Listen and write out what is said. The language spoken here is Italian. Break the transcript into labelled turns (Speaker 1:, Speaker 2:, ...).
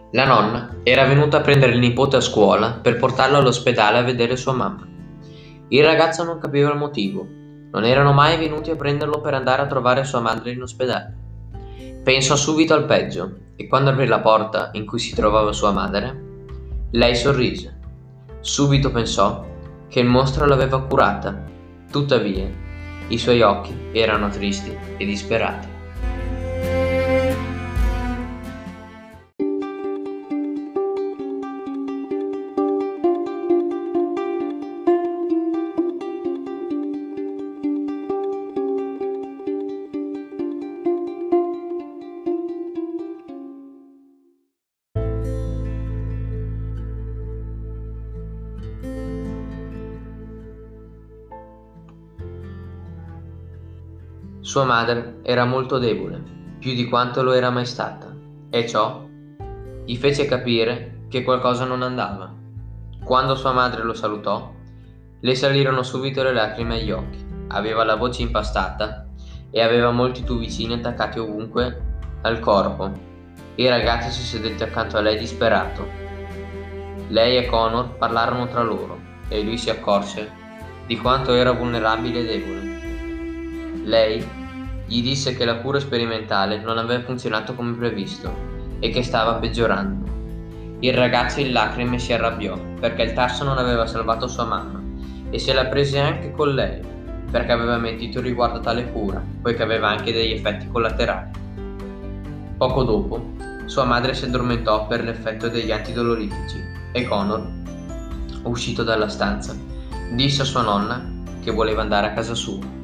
Speaker 1: La nonna era venuta a prendere il nipote a scuola per portarlo all'ospedale a vedere sua mamma. Il ragazzo non capiva il motivo. Non erano mai venuti a prenderlo per andare a trovare sua madre in ospedale. Pensò subito al peggio e quando aprì la porta in cui si trovava sua madre, lei sorrise. Subito pensò che il mostro l'aveva curata. Tuttavia, i suoi occhi erano tristi e disperati. Sua madre era molto debole, più di quanto lo era mai stata, e ciò gli fece capire che qualcosa non andava. Quando sua madre lo salutò, le salirono subito le lacrime agli occhi. Aveva la voce impastata e aveva molti tubicini attaccati ovunque al corpo. Il ragazzo si sedette accanto a lei disperato. Lei e Connor parlarono tra loro e lui si accorse di quanto era vulnerabile e debole. Lei gli disse che la cura sperimentale non aveva funzionato come previsto e che stava peggiorando. Il ragazzo in lacrime si arrabbiò perché il tasso non aveva salvato sua mamma e se la prese anche con lei perché aveva mentito riguardo tale cura, poiché aveva anche degli effetti collaterali. Poco dopo, sua madre si addormentò per l'effetto degli antidolorifici e Connor, uscito dalla stanza, disse a sua nonna che voleva andare a casa sua.